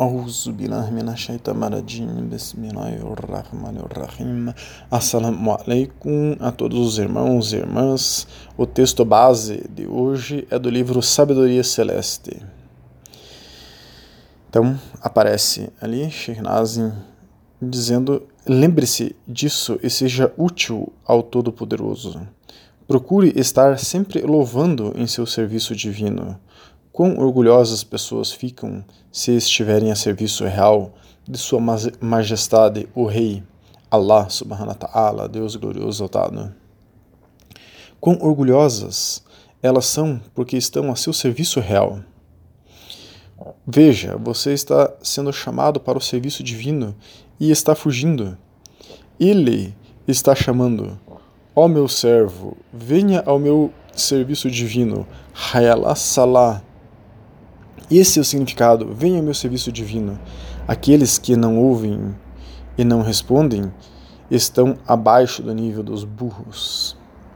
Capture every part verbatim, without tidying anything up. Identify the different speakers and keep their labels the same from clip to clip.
Speaker 1: Auzu billahi minash shaitanir rajim. Bismillahirrahmanirrahim. Assalamu alaikum a todos os irmãos e irmãs. O texto base de hoje é do livro Sabedoria Celeste. Então, aparece ali Sheikh Nazim dizendo: lembre-se disso e seja útil ao Todo-Poderoso. Procure estar sempre louvando em seu serviço divino. Quão orgulhosas as pessoas ficam se estiverem a serviço real de sua majestade, o Rei, Allah subhanahu wa ta'ala, Deus glorioso exaltado. Quão orgulhosas elas são porque estão a seu serviço real. Veja, você está sendo chamado para o serviço divino e está fugindo. Ele está chamando: ó meu servo, venha ao meu serviço divino. Hayala Salah. Esse é o significado: venha ao meu serviço divino. Aqueles que não ouvem e não respondem estão abaixo do nível dos burros.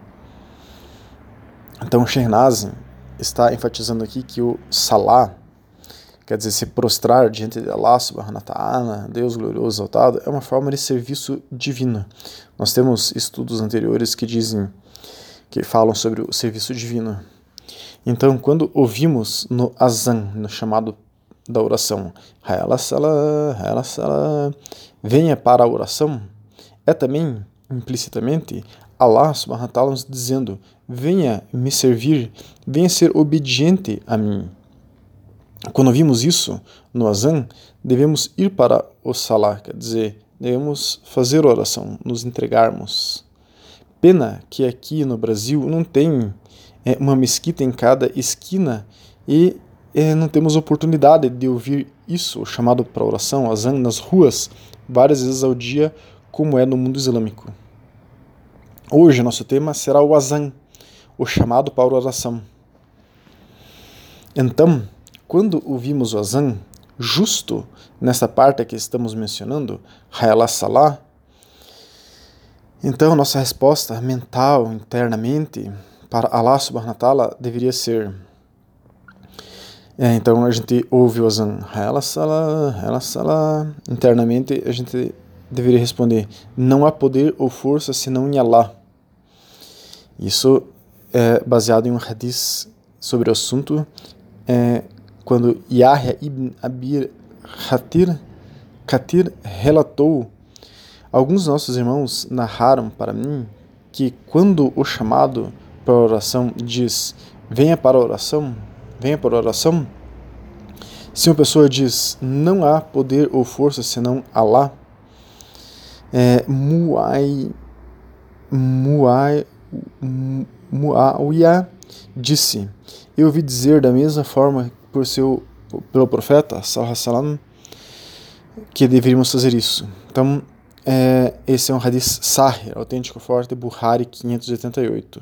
Speaker 1: Então, Sheikh Nazim está enfatizando aqui que o Salah, quer dizer, se prostrar diante de Allah subhanahu wa ta'ala, Deus glorioso exaltado, é uma forma de serviço divino. Nós temos estudos anteriores que dizem, que falam sobre o serviço divino. Então, quando ouvimos no azan, no chamado da oração, Hayala Salah, Hayala Salah, venha para a oração, é também, implicitamente, Allah subhanahu wa ta'ala nos dizendo: venha me servir, venha ser obediente a mim. Quando ouvimos isso no azan, devemos ir para o salah, quer dizer, devemos fazer oração, nos entregarmos. Pena que aqui no Brasil não tem é, uma mesquita em cada esquina e é, não temos oportunidade de ouvir isso, o chamado para oração, azan, nas ruas, várias vezes ao dia, como é no mundo islâmico. Hoje nosso tema será o azan, o chamado para oração. Então, quando ouvimos o azan, justo nessa parte que estamos mencionando, Hayala Salah, então nossa resposta mental, internamente, para Allah subhanahu wa ta'ala deveria ser... É, então a gente ouve o azan, Hayala Salah, Hayala Salah, internamente a gente deveria responder: não há poder ou força senão em Allah. Isso é baseado em um hadith sobre o assunto, é, quando Yahya ibn Abi Kathir, Kathir relatou, alguns nossos irmãos narraram para mim que quando o chamado para a oração diz: venha para a oração, venha para a oração, se uma pessoa diz: não há poder ou força senão Allah, é, Muai, Muai, Muawiyah disse: eu ouvi dizer da mesma forma por seu, pelo profeta sallallahu alaihi wasallam, que deveríamos fazer isso. Então, é, esse é um hadith sahih, autêntico, forte, Bukhari quinhentos e oitenta e oito.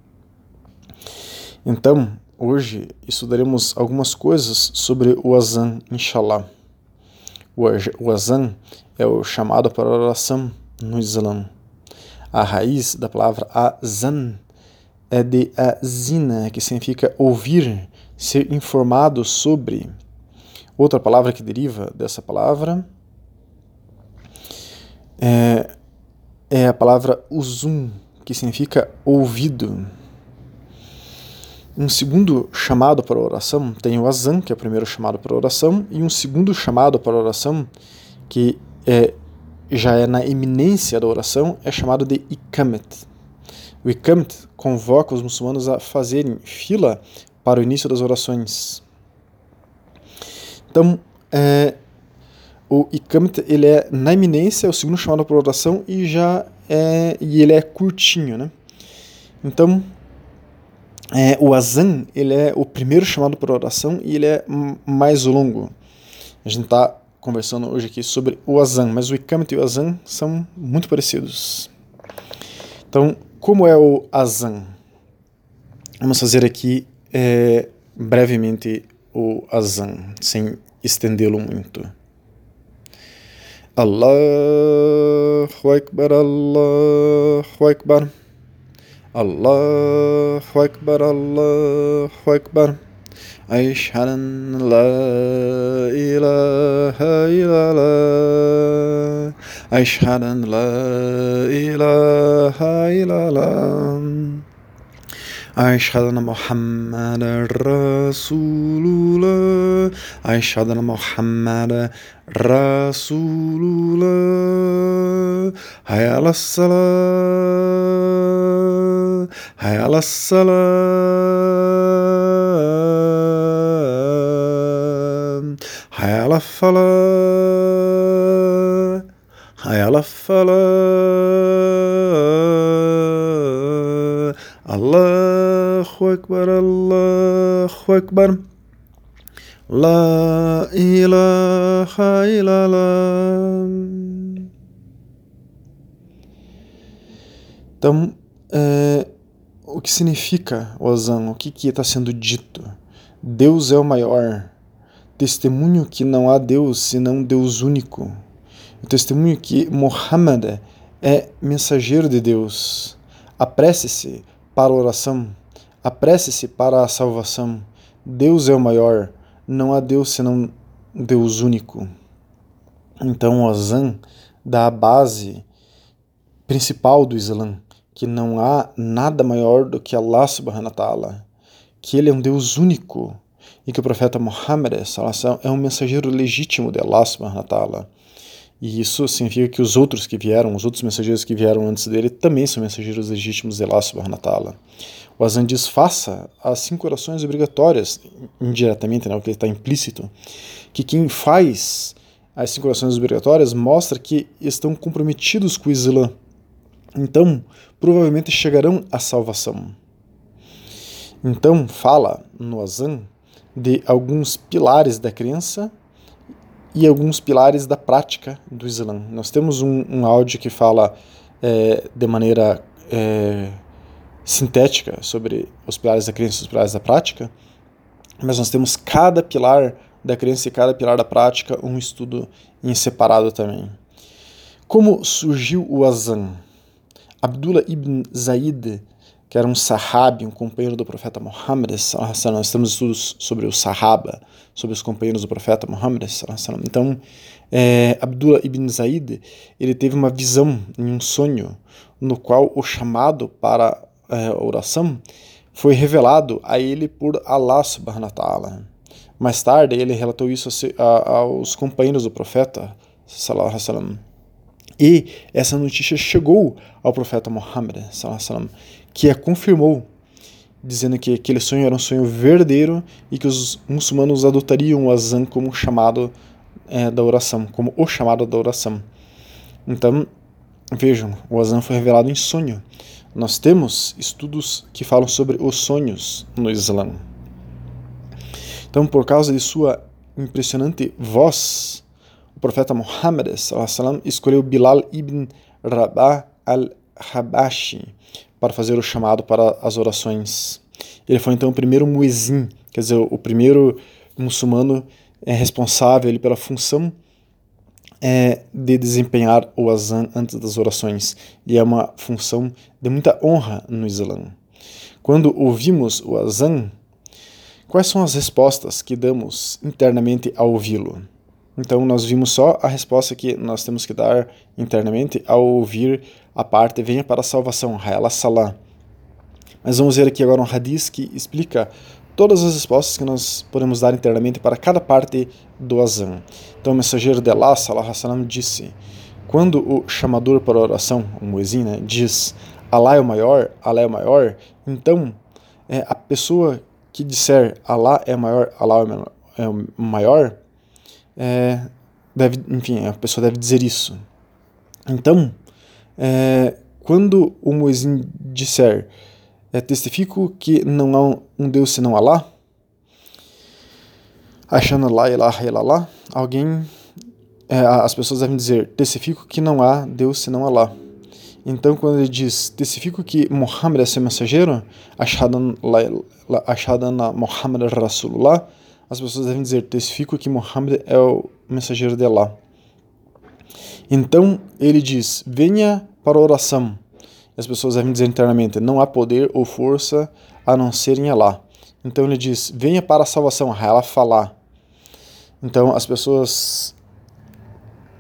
Speaker 1: Então, hoje estudaremos algumas coisas sobre o azan, inshallah. O azan é o chamado para a oração no Islã. A raiz da palavra azan é de azina, que significa ouvir, ser informado sobre. Outra palavra que deriva dessa palavra é, é a palavra uzum, que significa ouvido. Um segundo chamado para a oração tem o azan, que é o primeiro chamado para a oração, e um segundo chamado para a oração, que é, já é na eminência da oração, é chamado de ikamet. O ikamet convoca os muçulmanos a fazerem fila para o início das orações. Então, é, o ikamet, ele é na eminência, é o segundo chamado para a oração, e, já é, e ele é curtinho, né? Então, É, o azan, ele é o primeiro chamado para oração e ele é mais longo. A gente está conversando hoje aqui sobre o azan, mas o ikamet e o azan são muito parecidos. Então, como é o azan? Vamos fazer aqui é, brevemente o azan, sem estendê-lo muito. Allahu Akbar, Allahu Akbar. Allahu Akbar, Allahu Akbar. Ashhadu an la ilaha Ashhadu an la ilaha illallah. Ashhadu anna Muhammadan Rasulullah. Ashhadu anna Muhammadan Rasulullah. Hayya ala salah. Hayya ala salah. Hayya ala falah. Hayya ala falah. Allahu Akbar, Allahu Akbar. La ilaha illallah. Então, é, o que significa o azan? O que está sendo dito? Deus é o maior. Testemunho que não há Deus senão Deus único. O testemunho que Muhammad é mensageiro de Deus. Apresse-se para a oração. Apresse-se para a salvação. Deus é o maior. Não há Deus senão Deus único. Então o azan dá a base principal do Islã, que não há nada maior do que Allah subhanahu wa ta'ala, que ele é um Deus único e que o profeta Muhammad é um mensageiro legítimo de Allah subhanahu wa ta'ala. E isso significa que os outros que vieram, os outros mensageiros que vieram antes dele, também são mensageiros legítimos de Allah subhanahu wa ta'ala. O azan diz, faça as cinco orações obrigatórias, indiretamente, né, o que está implícito, que quem faz as cinco orações obrigatórias mostra que estão comprometidos com o Islã. Então, provavelmente chegarão à salvação. Então, fala no azan de alguns pilares da crença e alguns pilares da prática do Islã. Nós temos um, um áudio que fala é, de maneira é, sintética sobre os pilares da crença e os pilares da prática, mas nós temos cada pilar da crença e cada pilar da prática um estudo em separado também. Como surgiu o azan? Abdullah ibn Zaid, que era um sahabi, um companheiro do profeta Muhammad, nós temos estudos sobre o sahaba, sobre os companheiros do profeta Muhammad. Então, é, Abdullah ibn Zaid, ele teve uma visão em um sonho, no qual o chamado para é, a oração foi revelado a ele por Allah subhanahu wa ta'ala. Mais tarde, ele relatou isso a, a, aos companheiros do profeta, sallallahu alaihi wasallam. E essa notícia chegou ao profeta Muhammad, sallallahu alaihi wasallam, que a confirmou, dizendo que aquele sonho era um sonho verdadeiro e que os muçulmanos adotariam o azan como o chamado é, da oração, como o chamado da oração. Então, vejam, o azan foi revelado em sonho. Nós temos estudos que falam sobre os sonhos no Islã. Então, por causa de sua impressionante voz, o profeta Muhammad sallallahu alaihi wasallam escolheu Bilal ibn Rabah al-Habashi para fazer o chamado para as orações. Ele foi então o primeiro muezin, quer dizer, o primeiro muçulmano é, responsável ele, pela função é, de desempenhar o azan antes das orações. E é uma função de muita honra no Islã. Quando ouvimos o azan, quais são as respostas que damos internamente ao ouvi-lo? Então nós vimos só a resposta que nós temos que dar internamente ao ouvir a parte venha para a salvação, Hayya Salah. Mas vamos ver aqui agora um hadith que explica todas as respostas que nós podemos dar internamente para cada parte do azan. Então o mensageiro de Allah sallallahu alaihi wasallam disse, quando o chamador para a oração, o muezin, né, diz Allah é o maior, Allah é o maior, então é, a pessoa que disser Allah é maior, Allah é o maior, É, deve, enfim, a pessoa deve dizer isso. Então, é, quando o muezin disser é, testifico que não há um Deus senão Allah, achando la ilaha illallah, alguém, é, as pessoas devem dizer testifico que não há Deus senão Allah. Então, quando ele diz testifico que Muhammad é seu mensageiro, ashhadu anna Muhammad Rasulullah, as pessoas devem dizer, testifico que Muhammad é o mensageiro de Allah. Então ele diz, venha para a oração. As pessoas devem dizer internamente, não há poder ou força a não ser em Allah. Então ele diz, venha para a salvação, Hayya falar. Então as pessoas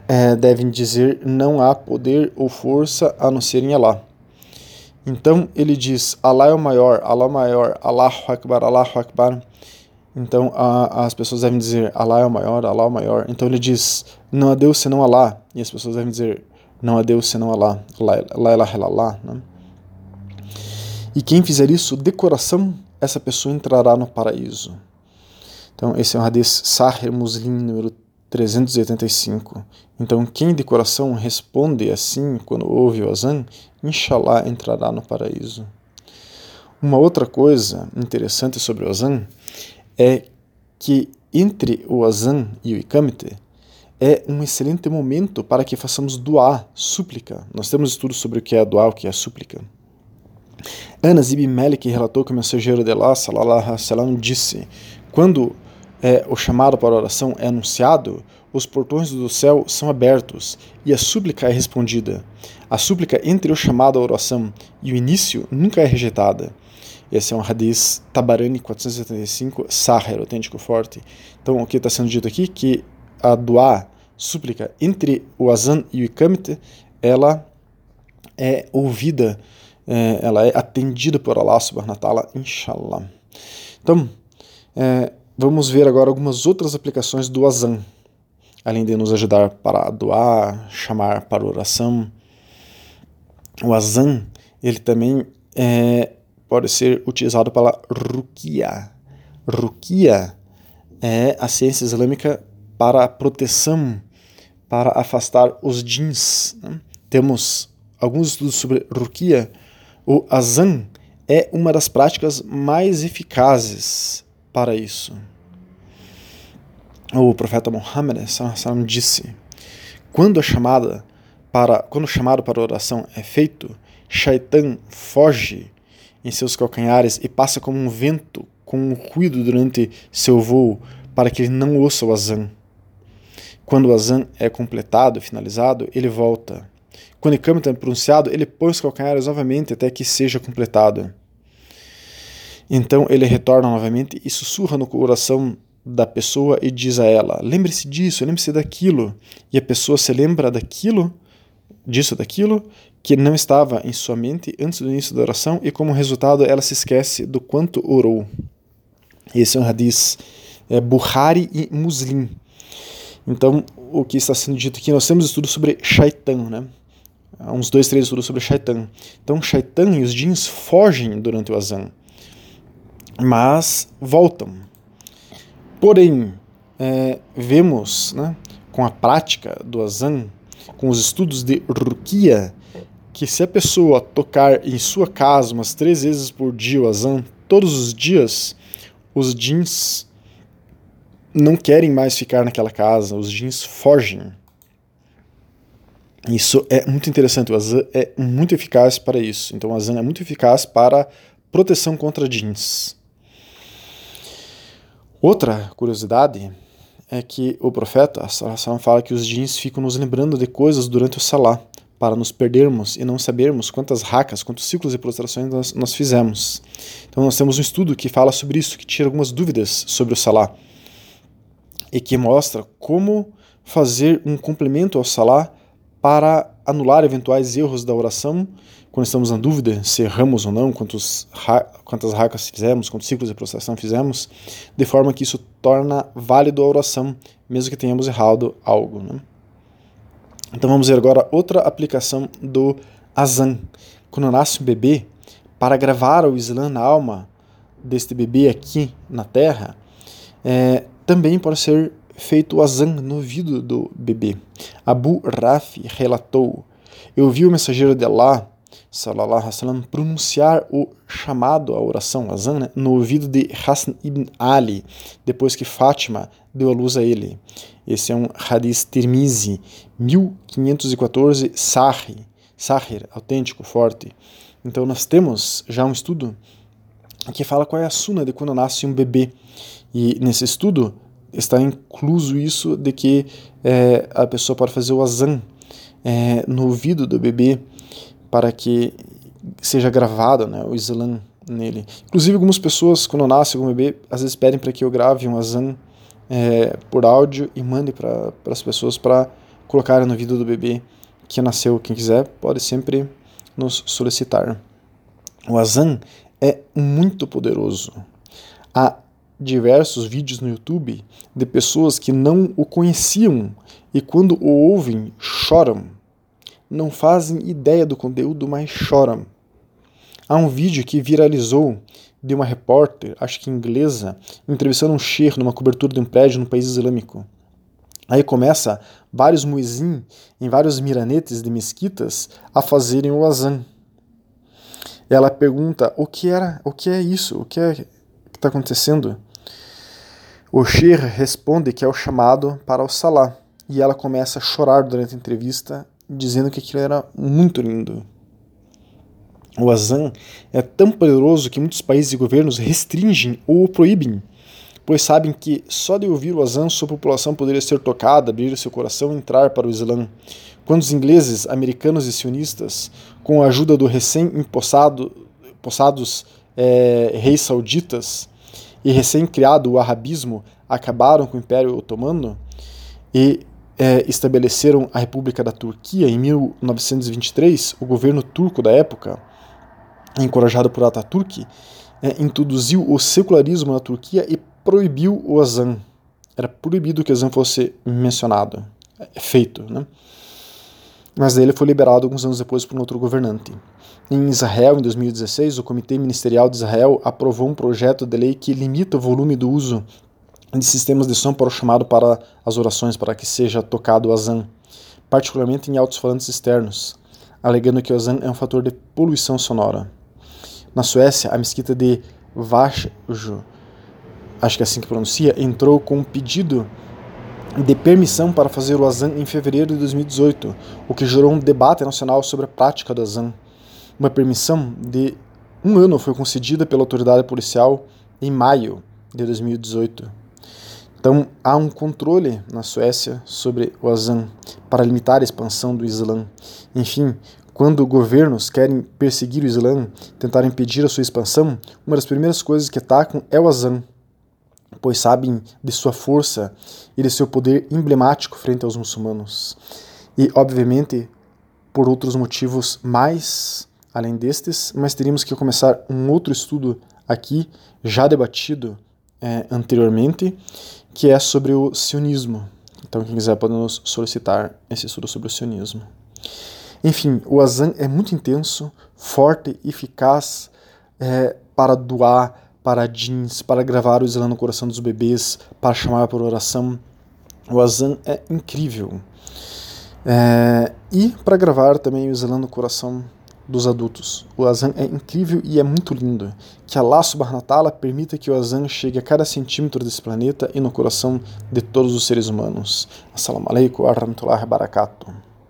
Speaker 1: é, devem dizer: não há poder ou força a não ser em Allah. Então ele diz: Allah é o maior, Allah é o maior, Allahu Akbar, Allahu Akbar. Então a, as pessoas devem dizer: Allah é o maior, Allah é o maior. Então ele diz: não há Deus senão Allah. E as pessoas devem dizer: não há Deus senão Allah. La ilaha illallah. Né? E quem fizer isso de coração, essa pessoa entrará no paraíso. Então esse é um hadith Sahih Muslim número trezentos e oitenta e cinco. Então quem de coração responde assim quando ouve o azan, inshallah entrará no paraíso. Uma outra coisa interessante sobre o azan é que entre o azan e o iqamete é um excelente momento para que façamos duá, súplica. Nós temos estudos sobre o que é duá, o que é súplica. Anas ibn Malik relatou que o mensageiro de Allah, sallallahu alaihi wasallam, disse: quando é, o chamado para a oração é anunciado, os portões do céu são abertos e a súplica é respondida. A súplica entre o chamado à oração e o início nunca é rejeitada. Esse é um hadith Tabarani quatrocentos e setenta e cinco, Sahih, autêntico forte. Então o que está sendo dito aqui? Que a duá, súplica entre o azan e o iqamete, ela é ouvida, é, ela é atendida por Allah subhanahu wa ta'ala, inshallah. Então, é, vamos ver agora algumas outras aplicações do azan, além de nos ajudar para doar, chamar para oração. O azan, ele também é, pode ser utilizado para ruqya. Ruqya é a ciência islâmica para a proteção, para afastar os jins. Né? Temos alguns estudos sobre ruqya. O azan é uma das práticas mais eficazes para isso. O profeta Muhammad disse: quando a chamada para, quando o chamado para a oração é feito, Shaitan foge em seus calcanhares e passa como um vento com um ruído durante seu voo para que ele não ouça o azan. Quando o azan é completado, finalizado, ele volta. Quando o iqamete é pronunciado, ele põe os calcanhares novamente até que seja completado. Então ele retorna novamente e sussurra no coração da pessoa e diz a ela: lembre-se disso, lembre-se daquilo. E a pessoa se lembra daquilo, disso, daquilo, que não estava em sua mente antes do início da oração, e como resultado ela se esquece do quanto orou. Esse é um hadith é, Bukhari e Muslim. Então, o que está sendo dito aqui, nós temos estudos sobre Shaitan, né? Há uns dois, três estudos sobre Shaitan. Então, Shaitan e os jins fogem durante o azan, mas voltam. Porém, é, vemos, né, com a prática do azan, com os estudos de ruqya, que se a pessoa tocar em sua casa umas três vezes por dia o azan, todos os dias, os jins não querem mais ficar naquela casa, os jins fogem. Isso é muito interessante, o azan é muito eficaz para isso. Então o azan é muito eficaz para proteção contra jins. Outra curiosidade é que o profeta fala que os jins ficam nos lembrando de coisas durante o salá, para nos perdermos e não sabermos quantas rakas, quantos ciclos de prostrações nós, nós fizemos. Então nós temos um estudo que fala sobre isso, que tira algumas dúvidas sobre o salá, e que mostra como fazer um complemento ao salá para anular eventuais erros da oração, quando estamos na dúvida se erramos ou não, quantos, quantas rakas fizemos, quantos ciclos de prostração fizemos, de forma que isso torna válido a oração, mesmo que tenhamos errado algo. Né? Então vamos ver agora outra aplicação do azan. Quando nasce um bebê, para gravar o Islã na alma deste bebê aqui na Terra, é, também pode ser feito o azan no ouvido do bebê. Abu Rafi relatou: eu vi o mensageiro de Allah, sallallahu alaihi wasallam, pronunciar o chamado à oração, azan, né, no ouvido de Hassan ibn Ali, depois que Fátima deu a luz a ele. Esse é um hadith Tirmizi, mil quinhentos e quatorze, Sahih, Sahih, autêntico, forte. Então nós temos já um estudo que fala qual é a suna de quando nasce um bebê. E nesse estudo está incluso isso de que é, a pessoa pode fazer o azan é, no ouvido do bebê para que seja gravado, né, o Islã nele. Inclusive algumas pessoas, quando nasce um bebê, às vezes pedem para que eu grave um azan é, por áudio e mande para as pessoas para colocar no vida do bebê que nasceu. Quem quiser pode sempre nos solicitar. O azan é muito poderoso. Há diversos vídeos no YouTube de pessoas que não o conheciam e quando o ouvem choram. Não fazem ideia do conteúdo, mas choram. Há um vídeo que viralizou de uma repórter, acho que inglesa, entrevistando um sheikh numa cobertura de um prédio no país islâmico. Aí começa vários muezzin em vários miranetes de mesquitas a fazerem o azan. Ela pergunta o que era, o que é isso, o que é que está acontecendo? O sheikh responde que é o chamado para o salá e ela começa a chorar durante a entrevista, dizendo que aquilo era muito lindo. O azan é tão poderoso que muitos países e governos restringem ou o proíbem, pois sabem que só de ouvir o azan sua população poderia ser tocada, abrir seu coração e entrar para o Islã. Quando os ingleses, americanos e sionistas, com a ajuda do recém-impossados é, reis sauditas e recém-criado o arabismo, acabaram com o Império Otomano e é, estabeleceram a República da Turquia em mil novecentos e vinte e três, o governo turco da época, encorajado por Atatürk, é, introduziu o secularismo na Turquia e proibiu o azan. Era proibido que o azan fosse mencionado, feito, né? Mas daí ele foi liberado alguns anos depois por um outro governante. Em Israel, em dois mil e dezesseis, o Comitê Ministerial de Israel aprovou um projeto de lei que limita o volume do uso de sistemas de som para o chamado para as orações, para que seja tocado o azan, particularmente em alto-falantes externos, alegando que o azan é um fator de poluição sonora. Na Suécia, a mesquita de Vaxjo, acho que é assim que pronuncia, entrou com um pedido de permissão para fazer o azan em fevereiro de dois mil e dezoito, o que gerou um debate nacional sobre a prática do azan. Uma permissão de um ano foi concedida pela autoridade policial em maio de dois mil e dezoito. Então, há um controle na Suécia sobre o azan para limitar a expansão do Islã. Enfim, quando governos querem perseguir o Islã, tentar impedir a sua expansão, uma das primeiras coisas que atacam é o azan, pois sabem de sua força e de seu poder emblemático frente aos muçulmanos. E, obviamente, por outros motivos mais além destes, mas teríamos que começar um outro estudo aqui, já debatido é, anteriormente, que é sobre o sionismo. Então, quem quiser pode nos solicitar esse estudo sobre o sionismo. Enfim, o azan é muito intenso, forte e eficaz é, para doar, para jeans, para gravar o Islã no coração dos bebês, para chamar por oração. O azan é incrível. É, e para gravar também o Islã no coração dos adultos. O azan é incrível e é muito lindo. Que Allah subhanahu wa ta'ala permita que o azan chegue a cada centímetro desse planeta e no coração de todos os seres humanos. Assalamu alaikum wa rahmatullahi wa barakatuh.